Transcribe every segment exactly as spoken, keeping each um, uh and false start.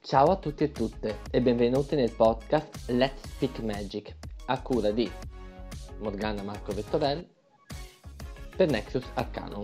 Ciao a tutti e tutte e benvenuti nel podcast Let's Speak Magic, a cura di Morgana Marco Vettorel per Nexus Arcanum.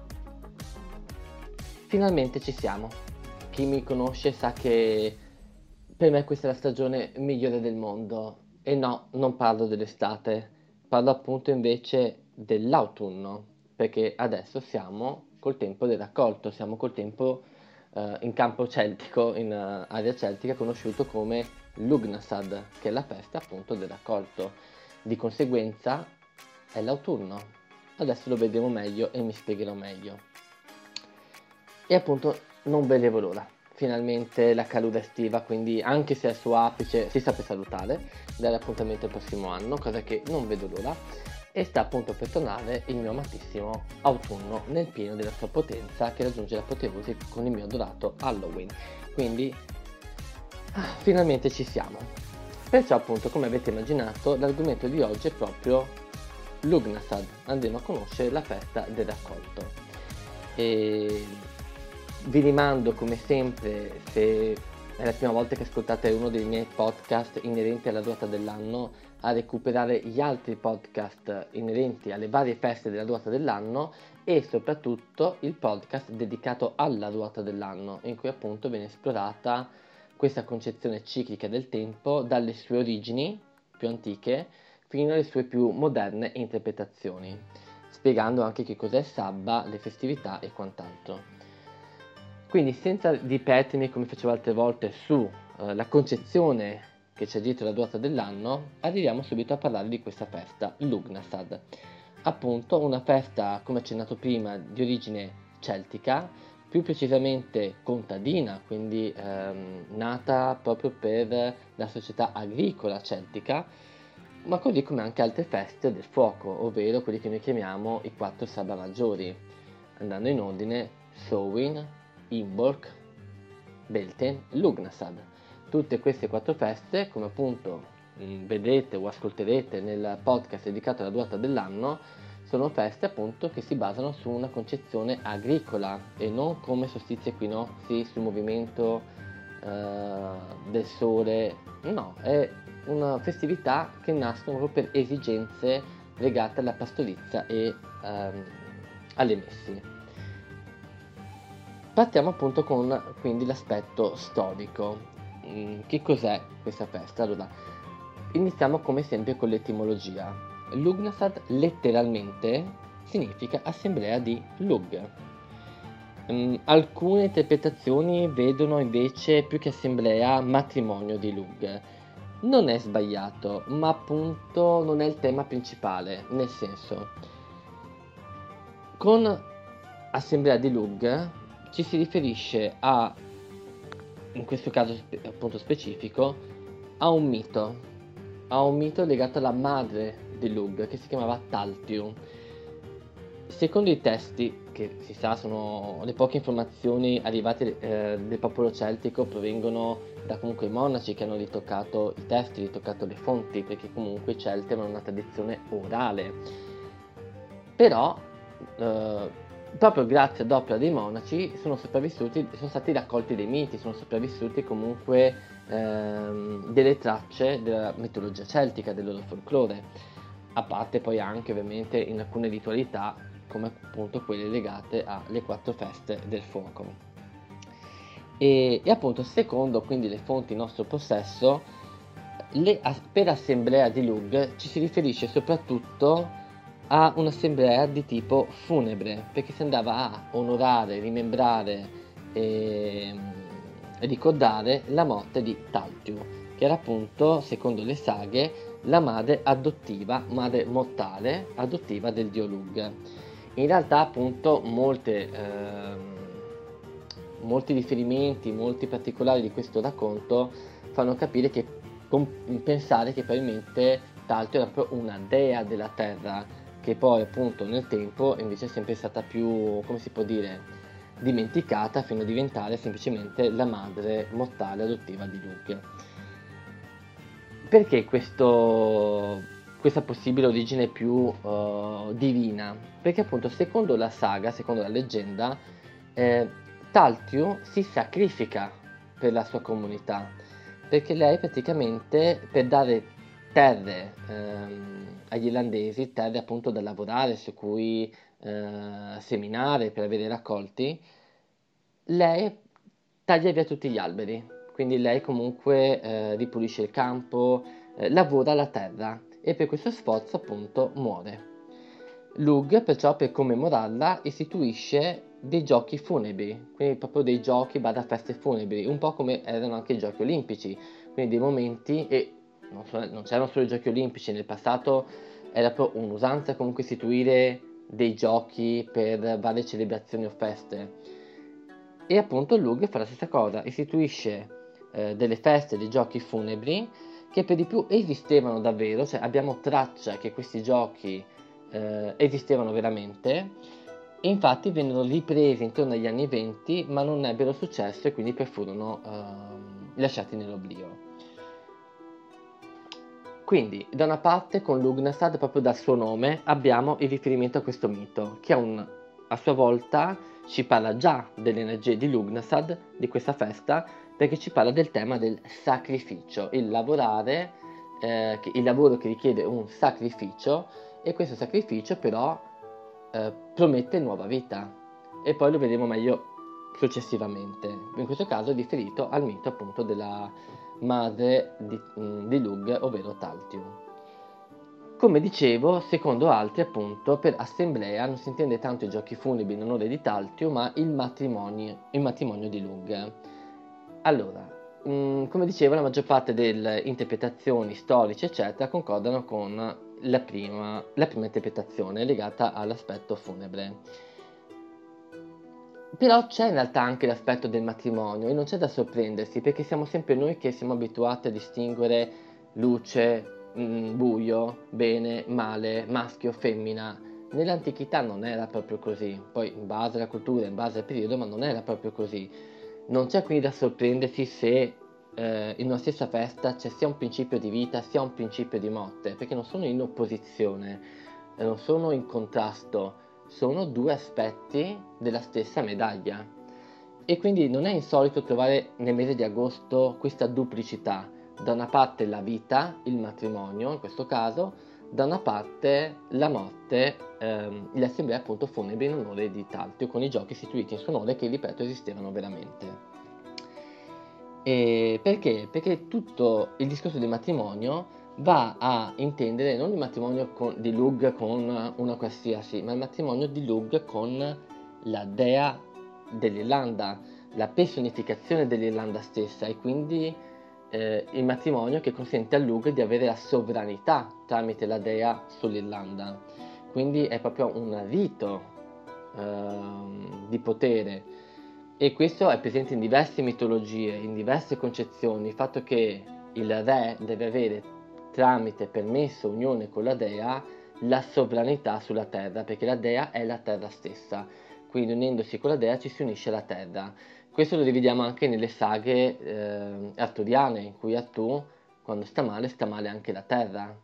Finalmente ci siamo. Chi mi conosce sa che per me questa è la stagione migliore del mondo. E no, non parlo dell'estate, parlo appunto invece dell'autunno, perché adesso siamo col tempo del raccolto, siamo col tempo eh, in campo celtico, in uh, area celtica, conosciuto come Lugnasad, che è la festa appunto del raccolto. Di conseguenza è l'autunno. Adesso lo vedremo meglio e mi spiegherò meglio. E appunto non vedevo l'ora. Finalmente la calura estiva, quindi anche se è al suo apice si sta per salutare, dare appuntamento al prossimo anno, cosa che non vedo l'ora, e sta appunto per tornare il mio amatissimo autunno nel pieno della sua potenza, che raggiunge l'apoteosi con il mio adorato Halloween. Quindi ah, finalmente ci siamo. Perciò appunto, come avete immaginato, l'argomento di oggi è proprio Lugnasad. Andremo a conoscere la festa del raccolto. E vi rimando come sempre, se è la prima volta che ascoltate uno dei miei podcast inerenti alla ruota dell'anno, a recuperare gli altri podcast inerenti alle varie feste della ruota dell'anno e soprattutto il podcast dedicato alla ruota dell'anno, in cui appunto viene esplorata questa concezione ciclica del tempo dalle sue origini più antiche fino alle sue più moderne interpretazioni, spiegando anche che cos'è il sabba, le festività e quant'altro. Quindi senza ripetermi come facevo altre volte su eh, la concezione che c'è dietro la ruota dell'anno, arriviamo subito a parlare di questa festa, Lugnasad. Appunto una festa, come accennato prima, di origine celtica, più precisamente contadina, quindi ehm, nata proprio per la società agricola celtica, ma così come anche altre feste del fuoco, ovvero quelli che noi chiamiamo i quattro sabba maggiori, andando in ordine Samhain, Imbolc, Beltane, Lugnasad. Tutte queste quattro feste, come appunto mh, vedrete o ascolterete nel podcast dedicato alla ruota dell'anno, sono feste appunto che si basano su una concezione agricola e non come solstizi e equinozi sul movimento eh, del sole. No, è una festività che nascono proprio per esigenze legate alla pastorizia e ehm, alle messi. Partiamo appunto con quindi l'aspetto storico. Mm, che cos'è questa festa? Allora, iniziamo come sempre con l'etimologia. Lugnasad letteralmente significa assemblea di Lug. Mm, alcune interpretazioni vedono invece più che assemblea matrimonio di Lug. Non è sbagliato, ma appunto non è il tema principale, nel senso, con assemblea di Lug ci si riferisce a, in questo caso appunto specifico, a un mito, a un mito legato alla madre di Lug, che si chiamava Taltiu. Secondo i testi, che si sa sono le poche informazioni arrivate eh, del popolo celtico, provengono da comunque i monaci che hanno ritoccato i testi, ritoccato le fonti, perché comunque i celti avevano una tradizione orale. Però eh, proprio grazie ad opera dei monaci sono sopravvissuti, sono stati raccolti dei miti, sono sopravvissuti comunque ehm, delle tracce della mitologia celtica, del loro folklore, a parte poi anche ovviamente in alcune ritualità come appunto quelle legate alle quattro feste del fuoco. E, e appunto secondo quindi le fonti in nostro possesso, le, per assemblea di Lug ci si riferisce soprattutto a un'assemblea di tipo funebre, perché si andava a onorare, rimembrare e ricordare la morte di Taltiu, che era appunto, secondo le saghe, la madre adottiva, madre mortale adottiva del dio Lug. In realtà appunto molte, ehm, molti riferimenti, molti particolari di questo racconto fanno capire che, com- pensare che probabilmente Taltiu era proprio una dea della terra, che poi appunto nel tempo invece è sempre stata più, come si può dire, dimenticata fino a diventare semplicemente la madre mortale adottiva di Lug. Perché questo, questa possibile origine più uh, divina? Perché appunto secondo la saga, secondo la leggenda, eh, Taltiu si sacrifica per la sua comunità, perché lei praticamente per dare terre ehm, agli irlandesi, terre appunto da lavorare, su cui eh, seminare per avere raccolti, lei taglia via tutti gli alberi, quindi lei comunque eh, ripulisce il campo, eh, lavora la terra e per questo sforzo appunto muore. Lugh perciò per commemorarla istituisce dei giochi funebri, quindi proprio dei giochi barra feste funebri, un po' come erano anche i giochi olimpici, quindi dei momenti, e non, so, non c'erano solo i giochi olimpici, nel passato era proprio un'usanza comunque istituire dei giochi per varie celebrazioni o feste. E appunto Lugh fa la stessa cosa, istituisce eh, delle feste, dei giochi funebri che per di più esistevano davvero, cioè abbiamo traccia che questi giochi eh, esistevano veramente e infatti vennero ripresi intorno agli anni venti ma non ebbero successo e quindi poi furono ehm, lasciati nell'oblio. Quindi da una parte con Lugnasad, proprio dal suo nome, abbiamo il riferimento a questo mito che un, a sua volta ci parla già delle energie di Lugnasad, di questa festa, perché ci parla del tema del sacrificio, il lavorare, eh, che, il lavoro che richiede un sacrificio e questo sacrificio però eh, promette nuova vita e poi lo vedremo meglio successivamente. In questo caso è riferito al mito appunto della madre di, di Lugh, ovvero Taltiu. Come dicevo, secondo altri appunto per assemblea non si intende tanto i giochi funebri in onore di Taltiu ma il matrimonio, il matrimonio di Lugh. Allora, mh, come dicevo, la maggior parte delle interpretazioni storiche, eccetera, concordano con la prima, la prima interpretazione legata all'aspetto funebre. Però c'è in realtà anche l'aspetto del matrimonio e non c'è da sorprendersi perché siamo sempre noi che siamo abituati a distinguere luce, mh, buio, bene, male, maschio, femmina. Nell'antichità non era proprio così, poi in base alla cultura, in base al periodo, ma non era proprio così. Non c'è quindi da sorprendersi se eh, in una stessa festa c'è sia un principio di vita sia un principio di morte, perché non sono in opposizione, eh, non sono in contrasto, sono due aspetti della stessa medaglia. E quindi non è insolito trovare nel mese di agosto questa duplicità, da una parte la vita, il matrimonio in questo caso, da una parte la morte, ehm, l'assemblea appunto funebre in onore di Taltio, con i giochi istituiti in suo onore che, ripeto, esistevano veramente. E perché? Perché tutto il discorso del matrimonio va a intendere non il matrimonio con, di Lugh con una qualsiasi, ma il matrimonio di Lugh con la dea dell'Irlanda, la personificazione dell'Irlanda stessa e quindi eh, il matrimonio che consente a Lugh di avere la sovranità tramite la dea sull'Irlanda. Quindi è proprio un rito eh, di potere e questo è presente in diverse mitologie, in diverse concezioni, il fatto che il re deve avere tramite permesso, unione con la dea, la sovranità sulla terra, perché la dea è la terra stessa, quindi unendosi con la dea ci si unisce alla terra. Questo lo rivediamo anche nelle saghe eh, arturiane, in cui Artù, quando sta male, sta male anche la terra.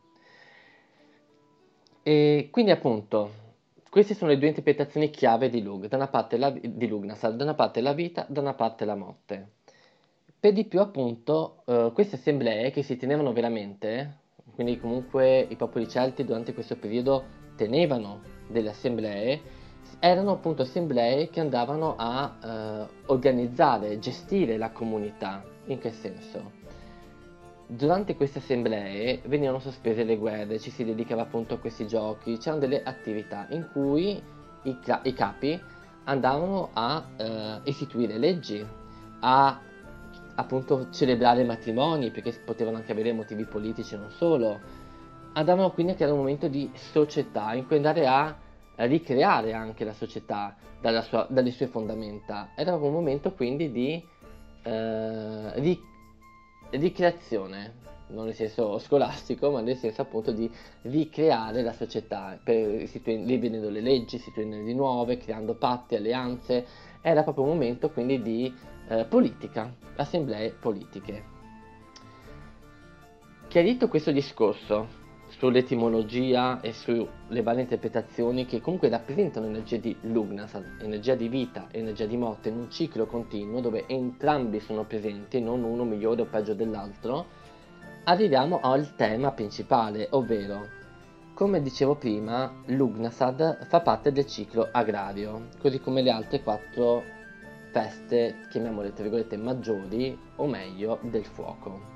E quindi appunto, queste sono le due interpretazioni chiave di Lugh, da una parte la, di Lugnasad, da una parte la vita, da una parte la morte. Per di più appunto, eh, queste assemblee che si tenevano veramente, quindi comunque i popoli celti durante questo periodo tenevano delle assemblee, erano appunto assemblee che andavano a eh, organizzare, gestire la comunità. In che senso? Durante queste assemblee venivano sospese le guerre, ci si dedicava appunto a questi giochi, c'erano delle attività in cui i, i capi andavano a eh, istituire leggi, a appunto celebrare matrimoni, perché potevano anche avere motivi politici non solo, andavano quindi a creare un momento di società in cui andare a ricreare anche la società dalla sua, dalle sue fondamenta. Era un momento quindi di eh, ricreare ricreazione, non nel senso scolastico, ma nel senso appunto di ricreare la società, per, rivedendo le leggi, istituendone di nuove, creando patti, alleanze. Era proprio un momento quindi di eh, politica, assemblee politiche. Chiarito questo discorso sull'etimologia e sulle varie interpretazioni che comunque rappresentano energia di Lugnasad, energia di vita e energia di morte in un ciclo continuo dove entrambi sono presenti, non uno migliore o peggio dell'altro, arriviamo al tema principale, ovvero, come dicevo prima, Lugnasad fa parte del ciclo agrario, così come le altre quattro feste, chiamiamole tra virgolette maggiori, o meglio, del fuoco.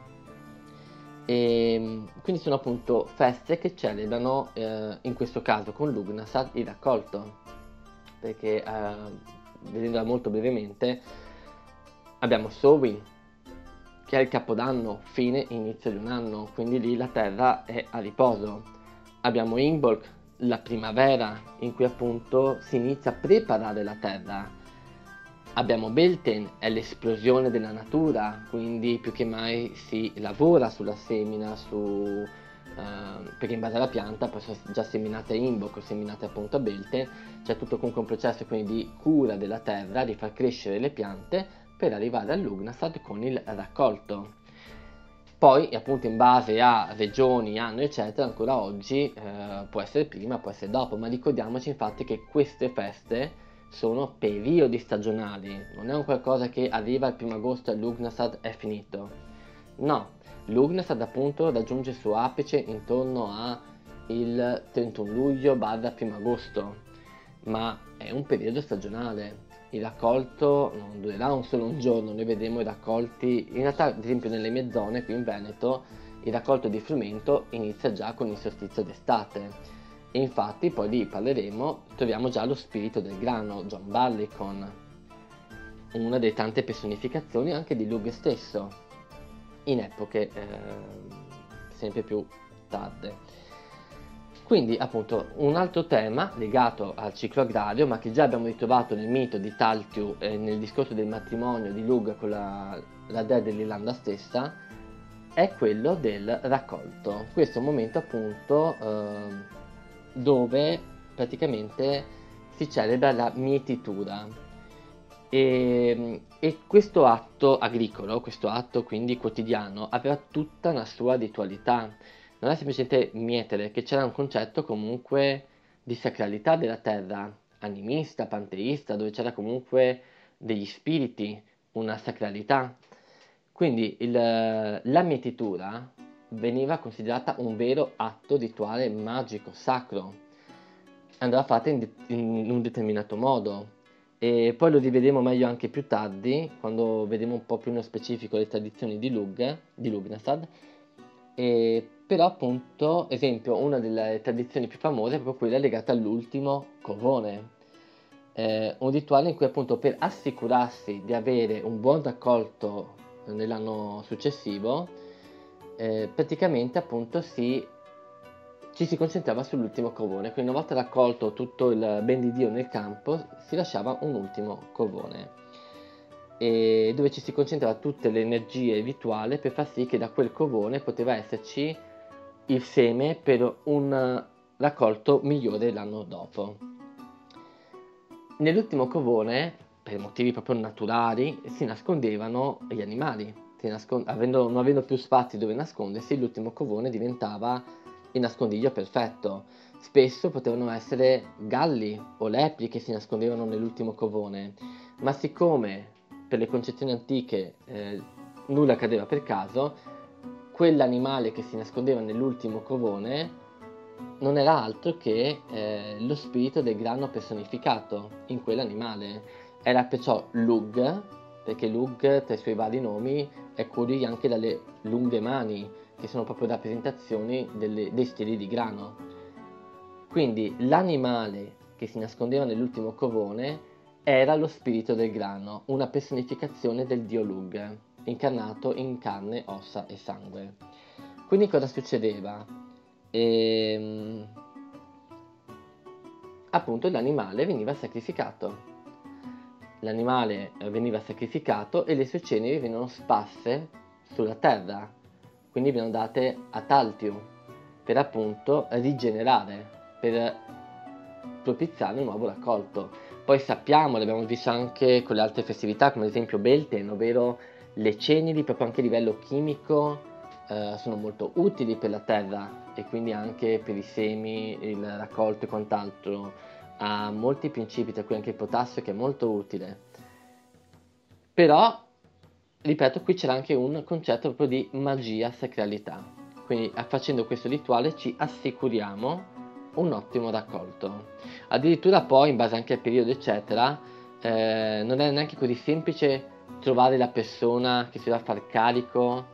E quindi sono appunto feste che celebrano, eh, in questo caso con Lugnasad, il raccolto, perché eh, vedendola molto brevemente abbiamo Samhain, che è il capodanno, fine inizio di un anno, quindi lì la terra è a riposo. Abbiamo Imbolc, la primavera, in cui appunto si inizia a preparare la terra. Abbiamo Beltane, è l'esplosione della natura, quindi più che mai si lavora sulla semina, su, uh, perché in base alla pianta poi sono già seminate a Imbolc o seminate appunto a Beltane, c'è tutto comunque un processo quindi di cura della terra, di far crescere le piante per arrivare a Lugnasad con il raccolto. Poi appunto in base a regioni, anno eccetera, ancora oggi eh, può essere prima, può essere dopo, ma ricordiamoci infatti che queste feste sono periodi stagionali, non è un qualcosa che arriva il primo agosto e Lugnasad è finito. No, Lugnasad appunto raggiunge il suo apice intorno al trentuno luglio barra primo agosto, ma è un periodo stagionale. Il raccolto non durerà un solo un giorno, noi vedremo i raccolti, in realtà ad esempio nelle mie zone qui in Veneto il raccolto di frumento inizia già con il solstizio d'estate. E infatti, poi lì parleremo, troviamo già lo spirito del grano, John Barleycorn, una delle tante personificazioni anche di Lugh stesso, in epoche eh, sempre più tarde. Quindi appunto un altro tema legato al ciclo agrario, ma che già abbiamo ritrovato nel mito di Taltiu e nel discorso del matrimonio di Lugh con la, la dea dell'Irlanda stessa, è quello del raccolto. Questo è un momento appunto eh, dove praticamente si celebra la mietitura e, e questo atto agricolo, questo atto quindi quotidiano, aveva tutta una sua ritualità, non è semplicemente mietere, che c'era un concetto comunque di sacralità della terra, animista, panteista, dove c'era comunque degli spiriti, una sacralità. Quindi il, la mietitura veniva considerata un vero atto rituale magico, sacro, andava fatta in, de- in un determinato modo e poi lo rivedremo meglio anche più tardi quando vedremo un po' più nello specifico le tradizioni di Lugh, di Lugnasad. E però appunto, esempio, una delle tradizioni più famose è proprio quella legata all'ultimo covone, eh, un rituale in cui appunto per assicurarsi di avere un buon raccolto nell'anno successivo, eh, praticamente appunto si, ci si concentrava sull'ultimo covone, quindi una volta raccolto tutto il ben di Dio nel campo si lasciava un ultimo covone, e dove ci si concentrava tutte le energie rituali per far sì che da quel covone poteva esserci il seme per un raccolto migliore l'anno dopo. Nell'ultimo covone, per motivi proprio naturali, si nascondevano gli animali. Si nascond- avendo, non avendo più spazi dove nascondersi, l'ultimo covone diventava il nascondiglio perfetto. Spesso potevano essere galli o lepri che si nascondevano nell'ultimo covone, ma siccome per le concezioni antiche eh, nulla accadeva per caso, quell'animale che si nascondeva nell'ultimo covone non era altro che eh, lo spirito del grano personificato in quell'animale. Era perciò Lugh, perché Lugh tra i suoi vari nomi è colui anche dalle lunghe mani, che sono proprio rappresentazioni delle, dei stili di grano. Quindi l'animale che si nascondeva nell'ultimo covone era lo spirito del grano, una personificazione del dio Lugh, incarnato in carne, ossa e sangue. Quindi cosa succedeva? E, appunto l'animale veniva sacrificato. L'animale veniva sacrificato e le sue ceneri venivano sparse sulla terra, quindi venivano date a Taltiu per appunto rigenerare, per propiziare un nuovo raccolto. Poi sappiamo, l'abbiamo visto anche con le altre festività, come ad esempio Beltane, ovvero le ceneri proprio anche a livello chimico eh, sono molto utili per la terra e quindi anche per i semi, il raccolto e quant'altro. Ha molti principi, tra cui anche il potassio, che è molto utile. Però, ripeto, qui c'era anche un concetto proprio di magia, sacralità. Quindi facendo questo rituale ci assicuriamo un ottimo raccolto. Addirittura poi, in base anche al periodo, eccetera, eh, non è neanche così semplice trovare la persona che si va a far carico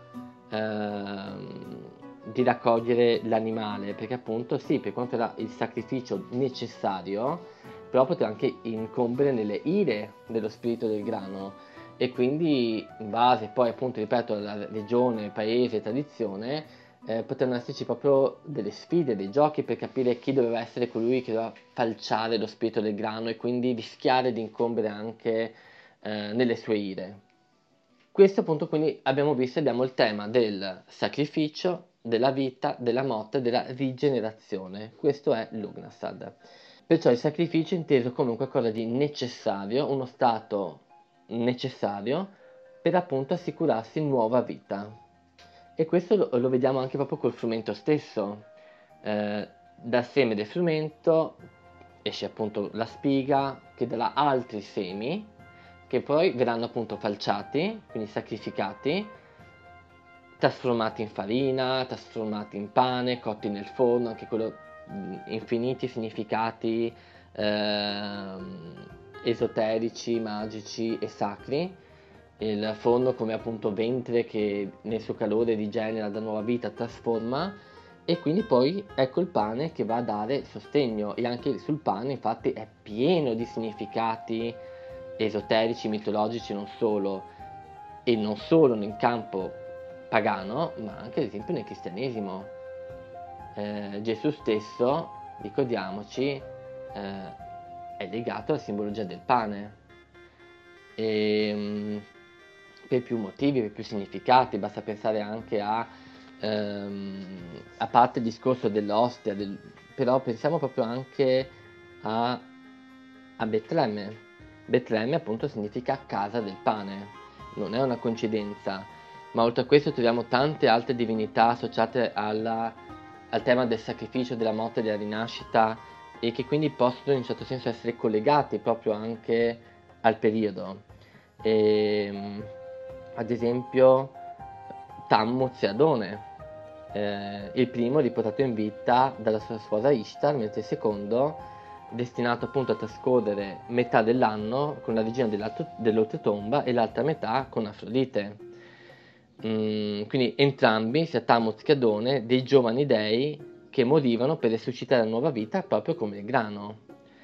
ehm, di raccogliere l'animale, perché appunto sì, per quanto era il sacrificio necessario, però poteva anche incombere nelle ire dello spirito del grano, e quindi in base poi appunto, ripeto, alla regione, paese, tradizione, eh, potevano esserci proprio delle sfide, dei giochi per capire chi doveva essere colui che doveva falciare lo spirito del grano e quindi rischiare di incombere anche eh, nelle sue ire. Questo appunto, quindi abbiamo visto, abbiamo il tema del sacrificio, della vita, della morte, della rigenerazione. Questo è l'Ugnasad. Perciò il sacrificio è inteso come qualcosa di necessario, uno stato necessario per appunto assicurarsi nuova vita. E questo lo, lo vediamo anche proprio col frumento stesso. Eh, dal seme del frumento esce appunto la spiga che darà altri semi che poi verranno appunto falciati, quindi sacrificati, trasformati in farina, trasformati in pane, cotti nel forno, anche quello mh, infiniti significati ehm, esoterici, magici e sacri. Il forno come appunto ventre che nel suo calore rigenera, dà nuova vita, trasforma, e quindi poi ecco il pane che va a dare sostegno, e anche sul pane infatti è pieno di significati esoterici, mitologici, non solo, e non solo nel campo pagano, ma anche ad esempio nel cristianesimo. Eh, Gesù stesso, ricordiamoci, eh, è legato alla simbologia del pane, e, mh, per più motivi, per più significati. Basta pensare anche a, ehm, a parte il discorso dell'ostia, del, però pensiamo proprio anche a, a Betlemme. Betlemme appunto significa casa del pane, non è una coincidenza, ma oltre a questo troviamo tante altre divinità associate alla, al tema del sacrificio, della morte e della rinascita, e che quindi possono in un certo senso essere collegati proprio anche al periodo. E, ad esempio Tammuz e Adone, eh, il primo riportato in vita dalla sua sposa Ishtar, mentre il secondo destinato appunto a trascorrere metà dell'anno con la regina dell'oltretomba e l'altra metà con Afrodite. Mm, quindi entrambi, sia Tammuz che Adone, dei giovani dei che morivano per resuscitare la nuova vita proprio come il grano.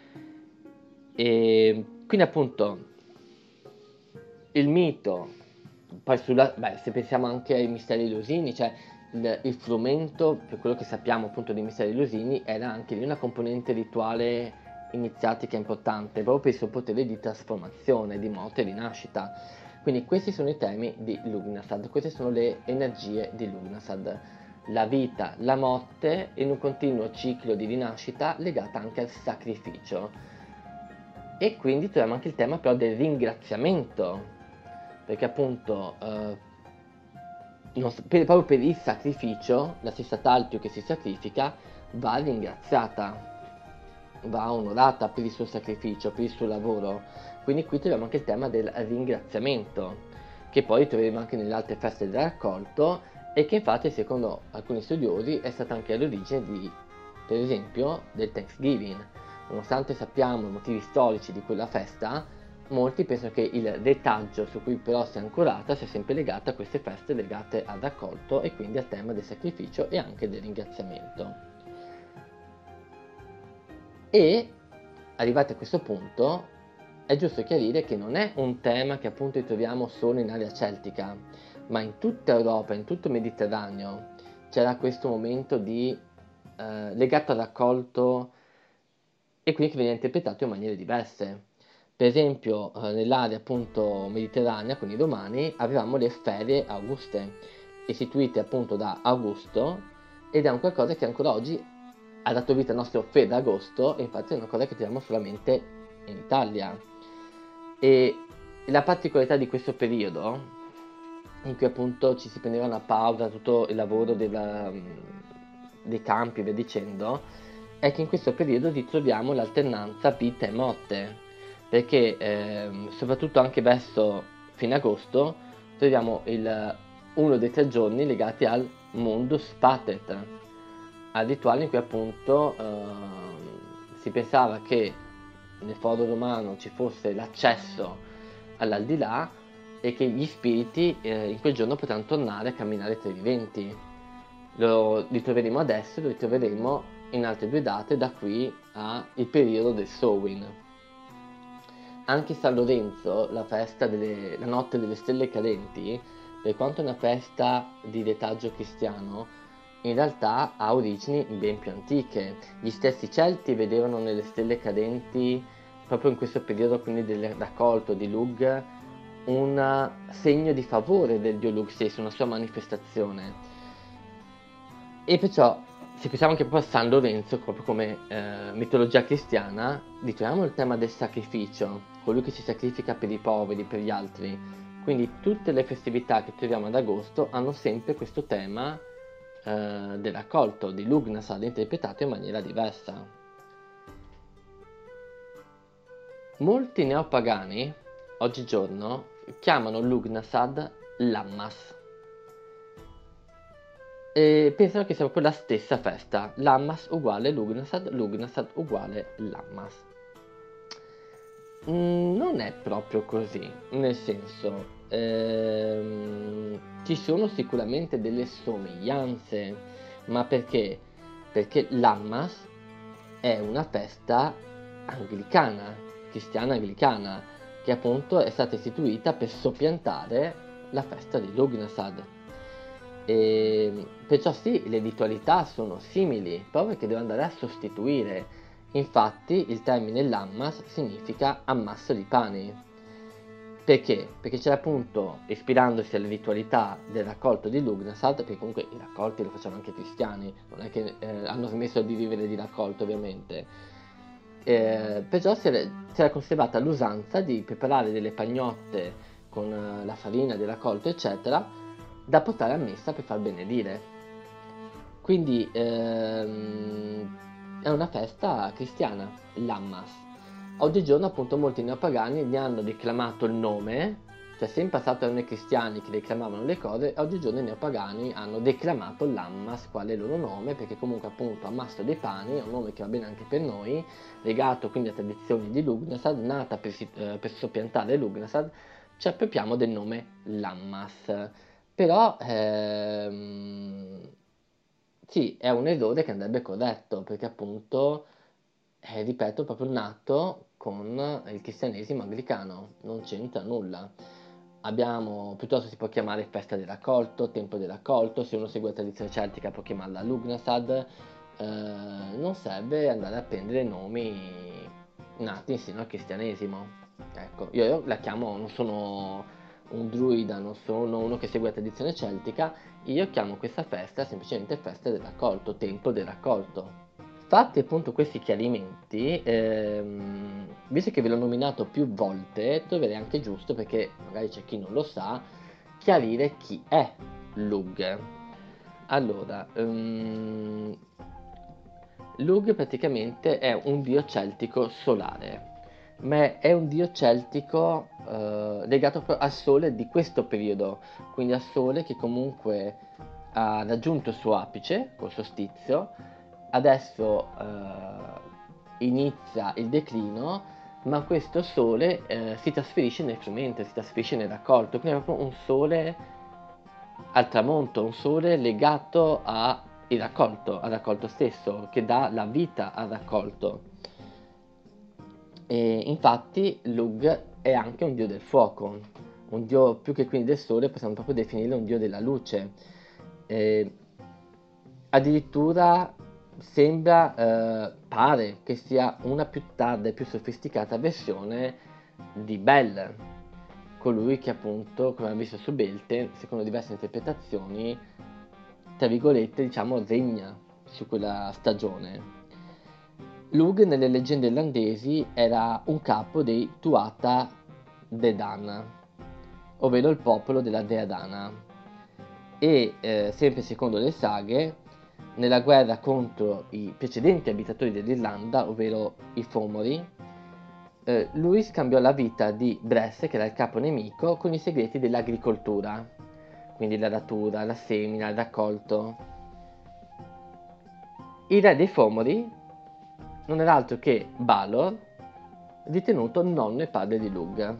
E quindi appunto il mito, poi sulla, beh, se pensiamo anche ai misteri lusini, cioè il, il frumento, per quello che sappiamo appunto dei misteri lusini, era anche lì una componente rituale iniziatica importante, proprio per il suo potere di trasformazione, di morte e rinascita. Quindi questi sono i temi di Lugnasad, queste sono le energie di Lugnasad. La vita, la morte in un continuo ciclo di rinascita legata anche al sacrificio. E quindi troviamo anche il tema però del ringraziamento, perché appunto eh, non, per, proprio per il sacrificio la stessa Talpio che si sacrifica va ringraziata, va onorata per il suo sacrificio, per il suo lavoro. Quindi qui troviamo anche il tema del ringraziamento, che poi troviamo anche nelle altre feste del raccolto, e che infatti secondo alcuni studiosi è stata anche all'origine di, per esempio, del Thanksgiving. Nonostante sappiamo i motivi storici di quella festa, molti pensano che il retaggio su cui però si è ancorata sia sempre legato a queste feste legate al raccolto e quindi al tema del sacrificio e anche del ringraziamento. E arrivati a questo punto è giusto chiarire che non è un tema che appunto ritroviamo solo in area celtica, ma in tutta Europa, in tutto il Mediterraneo c'era questo momento di eh, legato al raccolto, e quindi che veniva interpretato in maniere diverse. Per esempio eh, nell'area appunto mediterranea con i romani avevamo le ferie auguste, istituite appunto da Augusto, ed è un qualcosa che ancora oggi ha dato vita al nostro Ferragosto, e infatti è una cosa che troviamo solamente in Italia. E la particolarità di questo periodo in cui appunto ci si prendeva una pausa, tutto il lavoro della, dei campi e via dicendo, è che in questo periodo ritroviamo l'alternanza vita e morte, perché ehm, soprattutto anche verso fine agosto troviamo il, uno dei tre giorni legati al Mundus Patet, al rituale in cui appunto ehm, si pensava che nel foro romano ci fosse l'accesso all'aldilà e che gli spiriti eh, in quel giorno potranno tornare a camminare tra i viventi. Lo ritroveremo adesso, lo ritroveremo in altre due date da qui al periodo del Samhain. Anche San Lorenzo, la festa delle, la notte delle stelle cadenti, per quanto è una festa di retaggio cristiano, in realtà ha origini ben più antiche. Gli stessi Celti vedevano nelle stelle cadenti, proprio in questo periodo quindi del raccolto di Lugh, un segno di favore del dio Lugh stesso, una sua manifestazione. E perciò, se pensiamo anche proprio a San Lorenzo, proprio come eh, mitologia cristiana, ritroviamo il tema del sacrificio, colui che si sacrifica per i poveri, per gli altri. Quindi tutte le festività che troviamo ad agosto hanno sempre questo tema eh, del raccolto, di Lugnasad, interpretato in maniera diversa. Molti neopagani, oggigiorno, chiamano Lugnasad Lammas. E pensano che sia proprio la stessa festa, Lammas uguale Lugnasad, Lugnasad uguale Lammas. Mm, non è proprio così, nel senso, ehm, ci sono sicuramente delle somiglianze, ma perché? Perché Lammas è una festa anglicana, cristiana anglicana, che appunto è stata istituita per soppiantare la festa di Lugnasad. E perciò sì, le ritualità sono simili, proprio perché devo andare a sostituire. Infatti il termine lammas significa ammasso di pani. Perché? Perché c'era appunto, ispirandosi alle ritualità del raccolto di Lugnasad, perché comunque i raccolti lo facevano anche i cristiani, non è che eh, hanno smesso di vivere di raccolto ovviamente. Eh, perciò si era, si era conservata l'usanza di preparare delle pagnotte con eh, la farina di raccolto eccetera, da portare a messa per far benedire. Quindi ehm, è una festa cristiana, l'Ammas. Oggigiorno appunto molti neopagani ne hanno declamato il nome, cioè se in passato erano i cristiani che declamavano le cose, oggigiorno i neopagani hanno declamato l'Ammas quale loro nome, perché comunque appunto ammasso dei pani è un nome che va bene anche per noi, legato quindi a tradizioni di Lugnasad, nata per, eh, per soppiantare Lugnasad, ci appropriamo del nome Lammas. Però ehm, sì, è un errore che andrebbe corretto, perché appunto è, ripeto, proprio nato con il cristianesimo anglicano, non c'entra nulla. Abbiamo, piuttosto si può chiamare festa del raccolto, tempo del raccolto, se uno segue la tradizione celtica può chiamarla Lugnasad, eh, non serve andare a prendere nomi nati insieme al cristianesimo. Ecco, io, io la chiamo, non sono un druida, non sono uno che segue la tradizione celtica, io chiamo questa festa semplicemente festa del raccolto, tempo del raccolto. Fatti appunto questi chiarimenti, ehm, visto che ve l'ho nominato più volte, troverei anche giusto, perché magari c'è chi non lo sa, chiarire chi è Lugh. Allora, um, Lugh praticamente è un dio celtico solare, ma è un dio celtico eh, legato al sole di questo periodo, quindi al sole che comunque ha raggiunto il suo apice col solstizio, adesso eh, inizia il declino, ma questo sole eh, si trasferisce nel frumento, si trasferisce nel raccolto, quindi è proprio un sole al tramonto, un sole legato al raccolto, al raccolto stesso, che dà la vita al raccolto. E infatti Lugh è anche un dio del fuoco, un dio più che quindi del sole, possiamo proprio definirlo un dio della luce. Eh, addirittura sembra, eh, pare che sia una più tarda e più sofisticata versione di Bel, colui che appunto, come abbiamo visto su Belte, secondo diverse interpretazioni, tra virgolette, diciamo, regna su quella stagione. Lugh nelle leggende irlandesi era un capo dei Tuatha De Dan, ovvero il popolo della dea Dana. E eh, sempre secondo le saghe, nella guerra contro i precedenti abitatori dell'Irlanda, ovvero i Fomori, eh, lui scambiò la vita di Bresse, che era il capo nemico, con i segreti dell'agricoltura, quindi l'aratura, la semina, il raccolto. Il re dei Fomori non era altro che Balor, ritenuto nonno e padre di Lugh.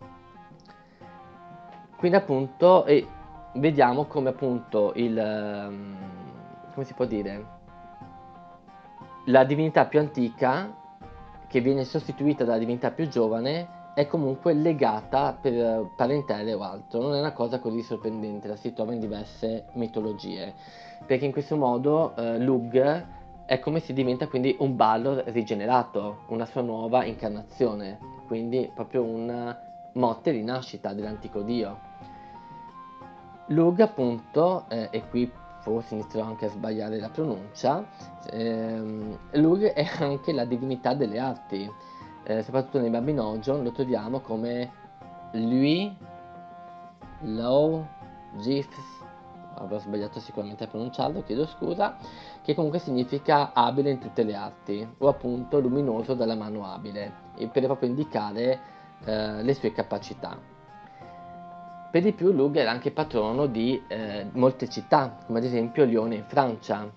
Quindi appunto e vediamo come appunto il um, come si può dire la divinità più antica che viene sostituita dalla divinità più giovane è comunque legata per parentele o altro. Non è una cosa così sorprendente, la si trova in diverse mitologie, perché in questo modo eh, Lugh è come se diventa quindi un Balor rigenerato, una sua nuova incarnazione, quindi proprio una morte e rinascita dell'antico dio. Lugh appunto, eh, e qui forse inizierò anche a sbagliare la pronuncia, ehm, Lugh è anche la divinità delle arti, eh, soprattutto nei Mabinogion lo troviamo come lui, Low, Gifs, avrò sbagliato sicuramente a pronunciarlo, chiedo scusa, che comunque significa abile in tutte le arti, o appunto luminoso dalla mano abile, e per proprio indicare eh, le sue capacità. Per di più Lugh era anche patrono di eh, molte città, come ad esempio Lione in Francia,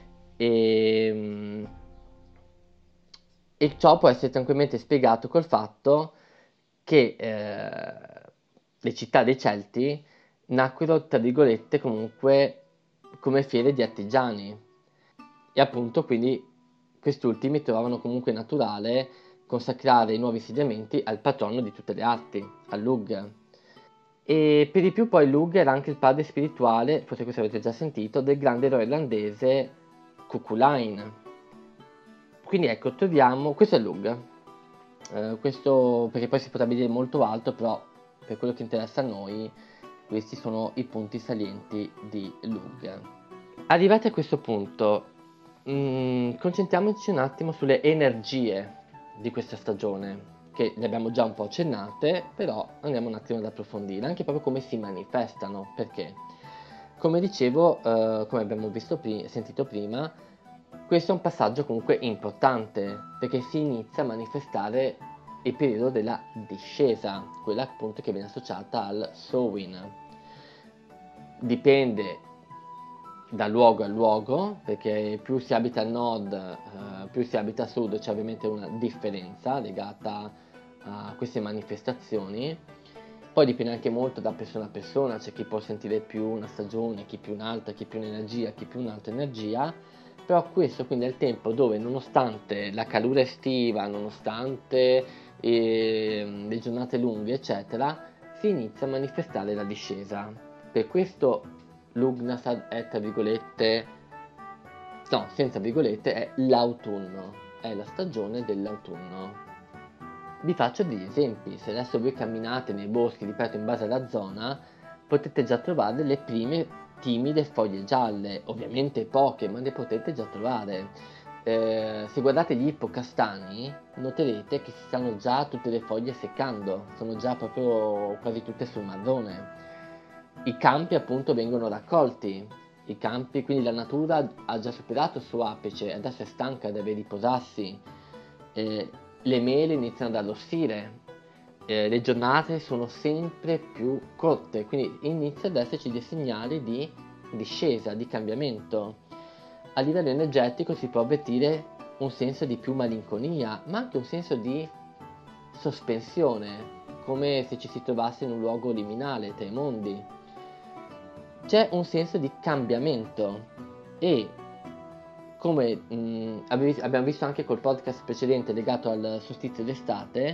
e, e ciò può essere tranquillamente spiegato col fatto che eh, le città dei Celti nacquero, tra virgolette, comunque come fiere di artigiani, e appunto quindi questi ultimi trovavano comunque naturale consacrare i nuovi insediamenti al patrono di tutte le arti, a Lugh. E per di più poi Lugh era anche il padre spirituale, forse questo avete già sentito, del grande eroe irlandese Cuchulainn. Quindi ecco, troviamo, questo è Lugh, eh, questo perché poi si potrebbe dire molto altro, però per quello che interessa a noi, questi sono i punti salienti di Lugh. Arrivati a questo punto, mh, concentriamoci un attimo sulle energie di questa stagione, che le abbiamo già un po' accennate, però andiamo un attimo ad approfondire, anche proprio come si manifestano, perché, come dicevo, eh, come abbiamo visto pri- sentito prima, questo è un passaggio comunque importante, perché si inizia a manifestare il periodo della discesa, quella appunto che viene associata al Samhain. Dipende da luogo a luogo, perché più si abita al nord, eh, più si abita a sud, c'è ovviamente una differenza legata a queste manifestazioni. Poi dipende anche molto da persona a persona, c'è chi può sentire più una stagione, chi più un'altra, chi più un'energia, chi più un'altra energia, però questo quindi è il tempo dove nonostante la calura estiva, nonostante eh, le giornate lunghe, eccetera, si inizia a manifestare la discesa. Per questo Lugnasad è, tra virgolette, no, senza virgolette, è l'autunno, è la stagione dell'autunno. Vi faccio degli esempi, se adesso voi camminate nei boschi, ripeto, in base alla zona, potete già trovare le prime timide foglie gialle, ovviamente poche, ma le potete già trovare. Eh, se guardate gli ippocastani, noterete che si stanno già tutte le foglie seccando, sono già proprio quasi tutte sul marrone. I campi appunto vengono raccolti, i campi, quindi la natura ha già superato il suo apice, adesso è stanca, deve riposarsi. Eh, le mele iniziano ad arrossire, eh, le giornate sono sempre più corte, quindi inizia ad esserci dei segnali di discesa, di cambiamento. A livello energetico si può avvertire un senso di più malinconia, ma anche un senso di sospensione, come se ci si trovasse in un luogo liminale tra i mondi. C'è un senso di cambiamento e come mh, abbiamo visto anche col podcast precedente legato al solstizio d'estate,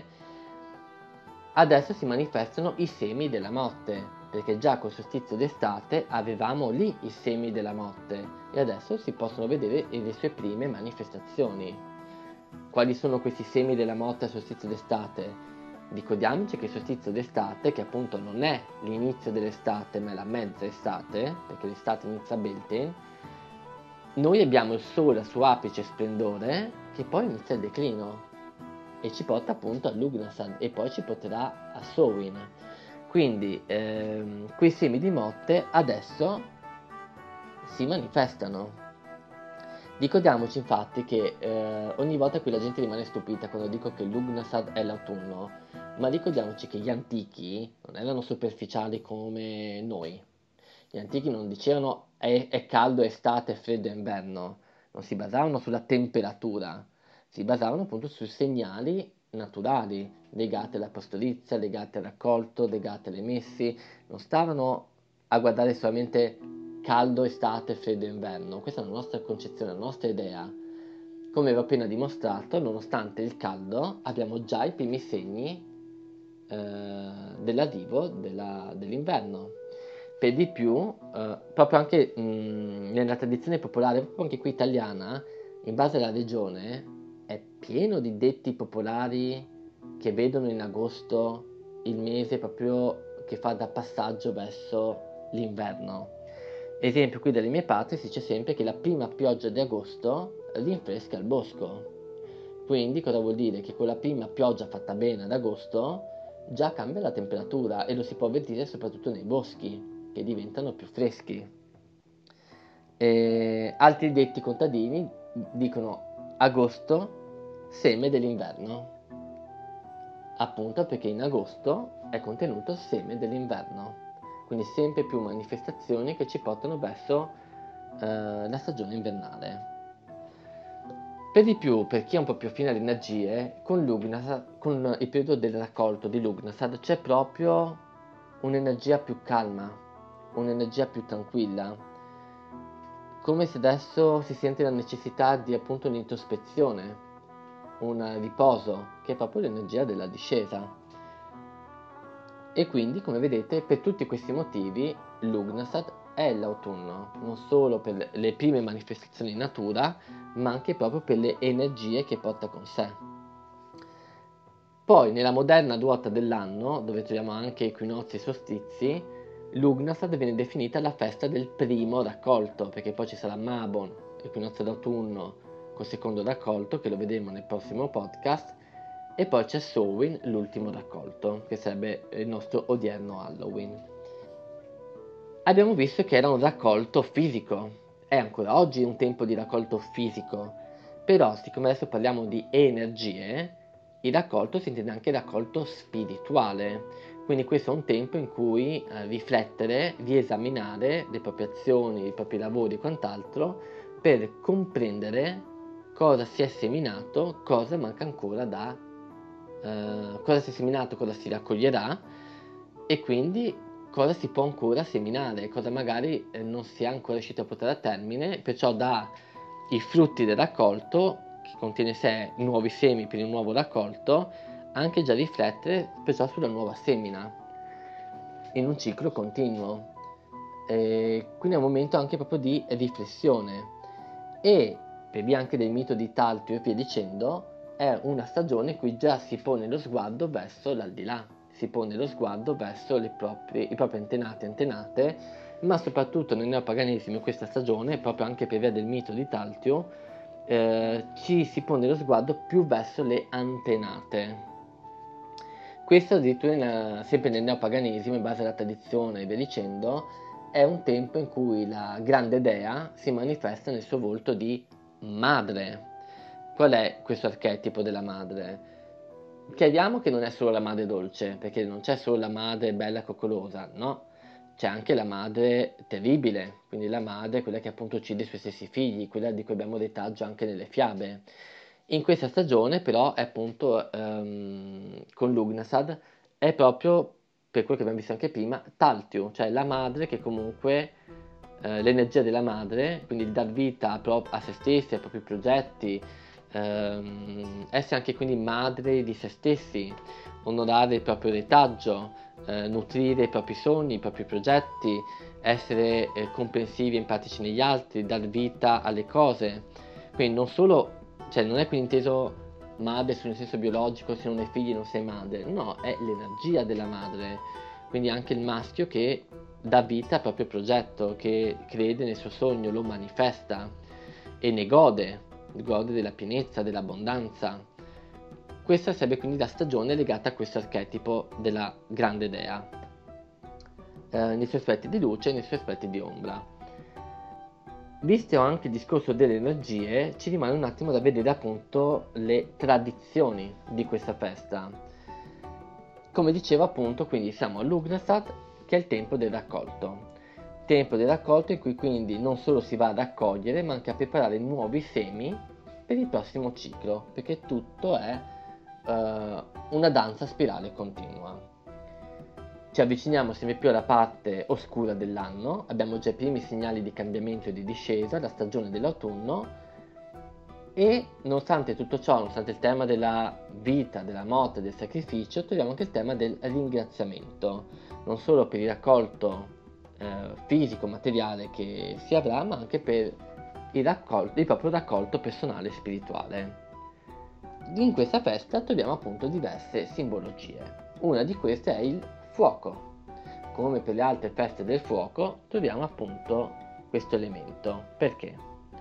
adesso si manifestano i semi della morte, perché già col solstizio d'estate avevamo lì i semi della morte e adesso si possono vedere le sue prime manifestazioni. Quali sono questi semi della morte al solstizio d'estate? Ricordiamoci che il solstizio d'estate, che appunto non è l'inizio dell'estate ma è la mezza estate, perché l'estate inizia a Beltane, noi abbiamo il sole al suo apice splendore che poi inizia il declino e ci porta appunto a Lugnasad e poi ci porterà a Samhain. Quindi ehm, quei semi di morte adesso si manifestano. Ricordiamoci infatti che eh, ogni volta qui la gente rimane stupita quando dico che Lugnasad è l'autunno, ma ricordiamoci che gli antichi non erano superficiali come noi. Gli antichi non dicevano è, è caldo è estate, è freddo è inverno, non si basavano sulla temperatura, si basavano appunto sui segnali naturali legati alla pastorizia, legati al raccolto, legati alle messi, non stavano a guardare solamente caldo estate, freddo inverno. Questa è la nostra concezione, la nostra idea. Come vi ho appena dimostrato, nonostante il caldo, abbiamo già i primi segni eh, dell'arrivo della, dell'inverno. Per di più, eh, proprio anche mh, nella tradizione popolare, proprio anche qui italiana, in base alla regione, è pieno di detti popolari che vedono in agosto il mese proprio che fa da passaggio verso l'inverno. Esempio, qui dalle mie parti si dice sempre che la prima pioggia di agosto rinfresca il bosco. Quindi cosa vuol dire? Che con la prima pioggia fatta bene ad agosto già cambia la temperatura e lo si può avvertire soprattutto nei boschi, che diventano più freschi. E altri detti contadini dicono agosto, seme dell'inverno, appunto perché in agosto è contenuto il seme dell'inverno, quindi sempre più manifestazioni che ci portano verso eh, la stagione invernale. Per di più, per chi è un po' più affine alle energie, con, Lugnasad, con il periodo del raccolto di Lugnasad c'è proprio un'energia più calma, un'energia più tranquilla, come se adesso si sente la necessità di appunto un'introspezione, un riposo, che è proprio l'energia della discesa. E quindi, come vedete, per tutti questi motivi, Lugnasad è l'autunno, non solo per le prime manifestazioni in natura, ma anche proprio per le energie che porta con sé. Poi, nella moderna ruota dell'anno, dove troviamo anche equinozi e solstizi, Lugnasad viene definita la festa del primo raccolto, perché poi ci sarà Mabon, equinozio d'autunno, col secondo raccolto, che lo vedremo nel prossimo podcast, e poi c'è Samhain, l'ultimo raccolto, che sarebbe il nostro odierno Halloween. Abbiamo visto che era un raccolto fisico, è ancora oggi un tempo di raccolto fisico, però siccome adesso parliamo di energie, il raccolto si intende anche raccolto spirituale, quindi questo è un tempo in cui eh, riflettere, riesaminare le proprie azioni, i propri lavori e quant'altro per comprendere cosa si è seminato, cosa manca ancora da Uh, cosa si è seminato, cosa si raccoglierà e quindi cosa si può ancora seminare, cosa magari eh, non si è ancora riuscito a portare a termine, perciò dà i frutti del raccolto, che contiene in sé nuovi semi per il nuovo raccolto, anche già riflettere perciò sulla nuova semina, in un ciclo continuo. E quindi è un momento anche proprio di riflessione e per via anche del mito di Taltio e via dicendo, è una stagione in cui già si pone lo sguardo verso l'aldilà, si pone lo sguardo verso le proprie, i propri antenati e antenate, ma soprattutto nel neopaganesimo in questa stagione, proprio anche per via del mito di Taltio, eh, ci si pone lo sguardo più verso le antenate. Questo addirittura in, sempre nel neopaganesimo, in base alla tradizione e via dicendo, è un tempo in cui la grande dea si manifesta nel suo volto di madre. Qual è questo archetipo della madre? Chiariamo che non è solo la madre dolce, perché non c'è solo la madre bella e coccolosa, no, c'è anche la madre terribile, quindi la madre, quella che appunto uccide i suoi stessi figli, quella di cui abbiamo retaggio anche nelle fiabe. In questa stagione però è appunto um, con Lugnasad è proprio, per quello che abbiamo visto anche prima, Taltio, cioè la madre che comunque eh, l'energia della madre, quindi dar vita a, pro- a se stessi, ai propri progetti, ehm, essere anche quindi madre di se stessi, onorare il proprio retaggio, eh, nutrire i propri sogni, i propri progetti, essere eh, comprensivi e empatici negli altri, dar vita alle cose. Quindi non solo, cioè non è quindi inteso madre nel senso biologico, se non hai figli non sei madre, no, è l'energia della madre, quindi anche il maschio che dà vita al proprio progetto, che crede nel suo sogno, lo manifesta e ne gode, gode della pienezza, dell'abbondanza. Questa sarebbe quindi la stagione legata a questo archetipo della grande dea. eh, nei suoi aspetti di luce e nei suoi aspetti di ombra. Visto anche il discorso delle energie, ci rimane un attimo da vedere appunto le tradizioni di questa festa. Come dicevo appunto, quindi siamo all'Ugnasat, che è il tempo del raccolto. Tempo del raccolto in cui quindi non solo si va a raccogliere, ma anche a preparare nuovi semi per il prossimo ciclo, perché tutto è eh, una danza a spirale continua. Ci avviciniamo sempre più alla parte oscura dell'anno, abbiamo già i primi segnali di cambiamento e di discesa, la stagione dell'autunno, e nonostante tutto ciò, nonostante il tema della vita, della morte, del sacrificio, troviamo anche il tema del ringraziamento, non solo per il raccolto eh, fisico, materiale che si avrà, ma anche per il, raccolto, il proprio raccolto personale e spirituale. In questa festa troviamo appunto diverse simbologie. Una di queste è il fuoco. Come per le altre feste del fuoco troviamo appunto questo elemento. Perché?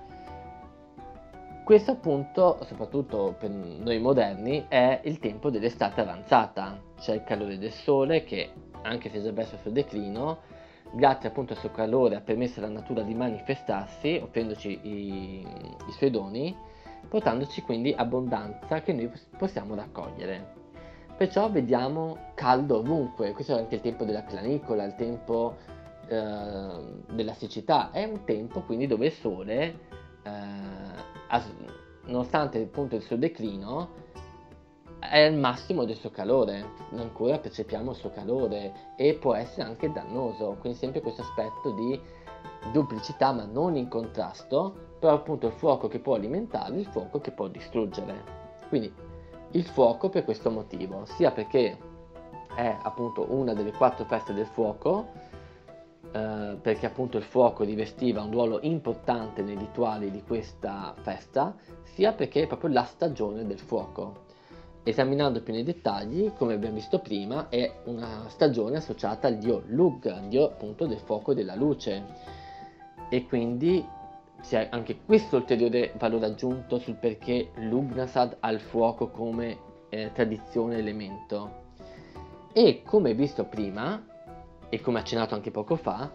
Questo appunto, soprattutto per noi moderni, è il tempo dell'estate avanzata. C'è il calore del sole che, anche se già verso il suo declino, grazie appunto al suo calore ha permesso alla natura di manifestarsi, offrendoci i, i suoi doni, portandoci quindi abbondanza che noi possiamo raccogliere. Perciò vediamo caldo ovunque, questo è anche il tempo della clanicola, il tempo eh, della siccità, è un tempo quindi dove il sole, eh, as- nonostante appunto il suo declino, è al massimo del suo calore, ancora percepiamo il suo calore e può essere anche dannoso, quindi sempre questo aspetto di duplicità ma non in contrasto, però appunto il fuoco che può alimentare, il fuoco che può distruggere. Quindi il fuoco per questo motivo, sia perché è appunto una delle quattro feste del fuoco, eh, perché appunto il fuoco rivestiva un ruolo importante nei rituali di questa festa, sia perché è proprio la stagione del fuoco. Esaminando più nei dettagli, come abbiamo visto prima, è una stagione associata al dio Lug, dio appunto del fuoco e della luce, e quindi c'è anche questo ulteriore valore aggiunto sul perché l'Ugnasad ha il fuoco come eh, tradizione elemento. E come visto prima, e come accennato anche poco fa,